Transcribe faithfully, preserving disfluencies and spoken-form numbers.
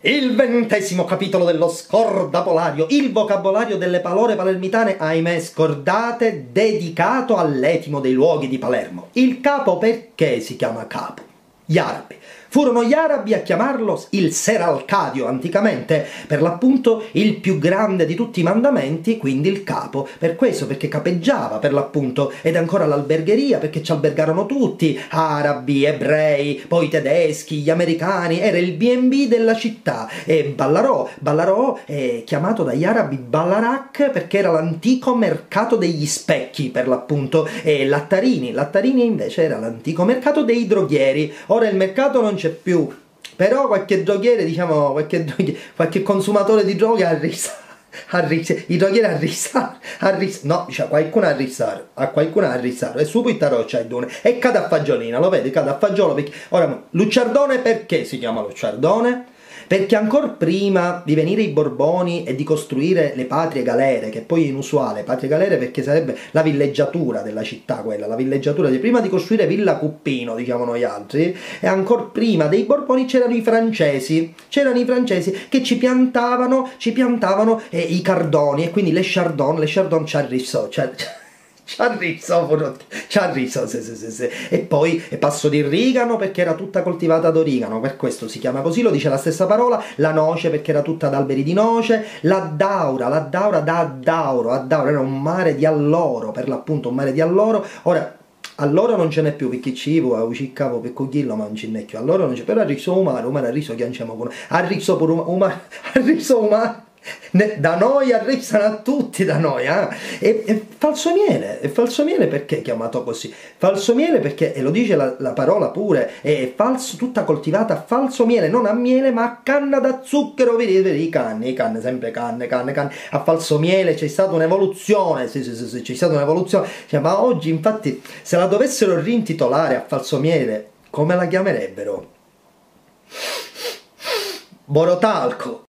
Il ventesimo capitolo dello scordapolario, il vocabolario delle parole palermitane, ahimè scordate, dedicato all'etimo dei luoghi di Palermo. Il capo perché si chiama capo? Gli arabi. Furono gli arabi a chiamarlo il Seralcadio anticamente, per l'appunto il più grande di tutti i mandamenti, quindi il capo. Per questo, perché capeggiava per l'appunto, ed ancora l'albergheria, perché ci albergarono tutti, arabi, ebrei, poi tedeschi, gli americani, era il B and B della città. E Ballarò, Ballarò è chiamato dagli arabi Ballarak perché era l'antico mercato degli specchi, per l'appunto, e Lattarini, Lattarini invece era l'antico mercato dei droghieri. Ora il mercato non c'è più, però qualche droghiere, diciamo, qualche, droghiere, qualche consumatore di droghe ha risato, i droghieri a risare, a ris no, cioè qualcuno a risare, a qualcuno a risare, e su poi taroccia e dune, e cade a fagiolina, lo vedi, cade a fagiolo, perché, ora, Lucciardone perché si chiama Lucciardone? Perché ancora prima di venire i Borboni e di costruire le patrie galere, che poi è inusuale, patrie galere perché sarebbe la villeggiatura della città quella, la villeggiatura di prima di costruire Villa Cuppino, diciamo noi altri, e ancora prima dei Borboni c'erano i francesi, c'erano i francesi che ci piantavano, ci piantavano eh, i cardoni, e quindi le chardon, le chardon ci arrissò, cioè, ci ha riso, ci ha riso, sì, sì, sì, sì. E poi e passo di rigano perché era tutta coltivata ad origano, per questo si chiama così, lo dice la stessa parola, la noce perché era tutta ad alberi di noce, la daura, la daura da addauro, addauro era un mare di alloro, per l'appunto un mare di alloro. Ora, allora non ce n'è più, perché ci vuole, uciccavo per cogliello, ma non ce n'è più, allora non c'è, però a riso umano, umano a riso che anciamo pure, a riso pure umano, a riso umano. Da noi arrivano a tutti, da noi, eh? E, e falso miele, e falso miele perché è chiamato così? Falso miele perché, e lo dice la, la parola pure, è falso, tutta coltivata a falso miele, non a miele ma a canna da zucchero, vedi, vedi, i canne, i canne, sempre canne, canne, canne, a falso miele c'è stata un'evoluzione, sì, sì, sì, sì, c'è stata un'evoluzione, cioè, ma oggi infatti se la dovessero rintitolare a falso miele, come la chiamerebbero? Borotalco.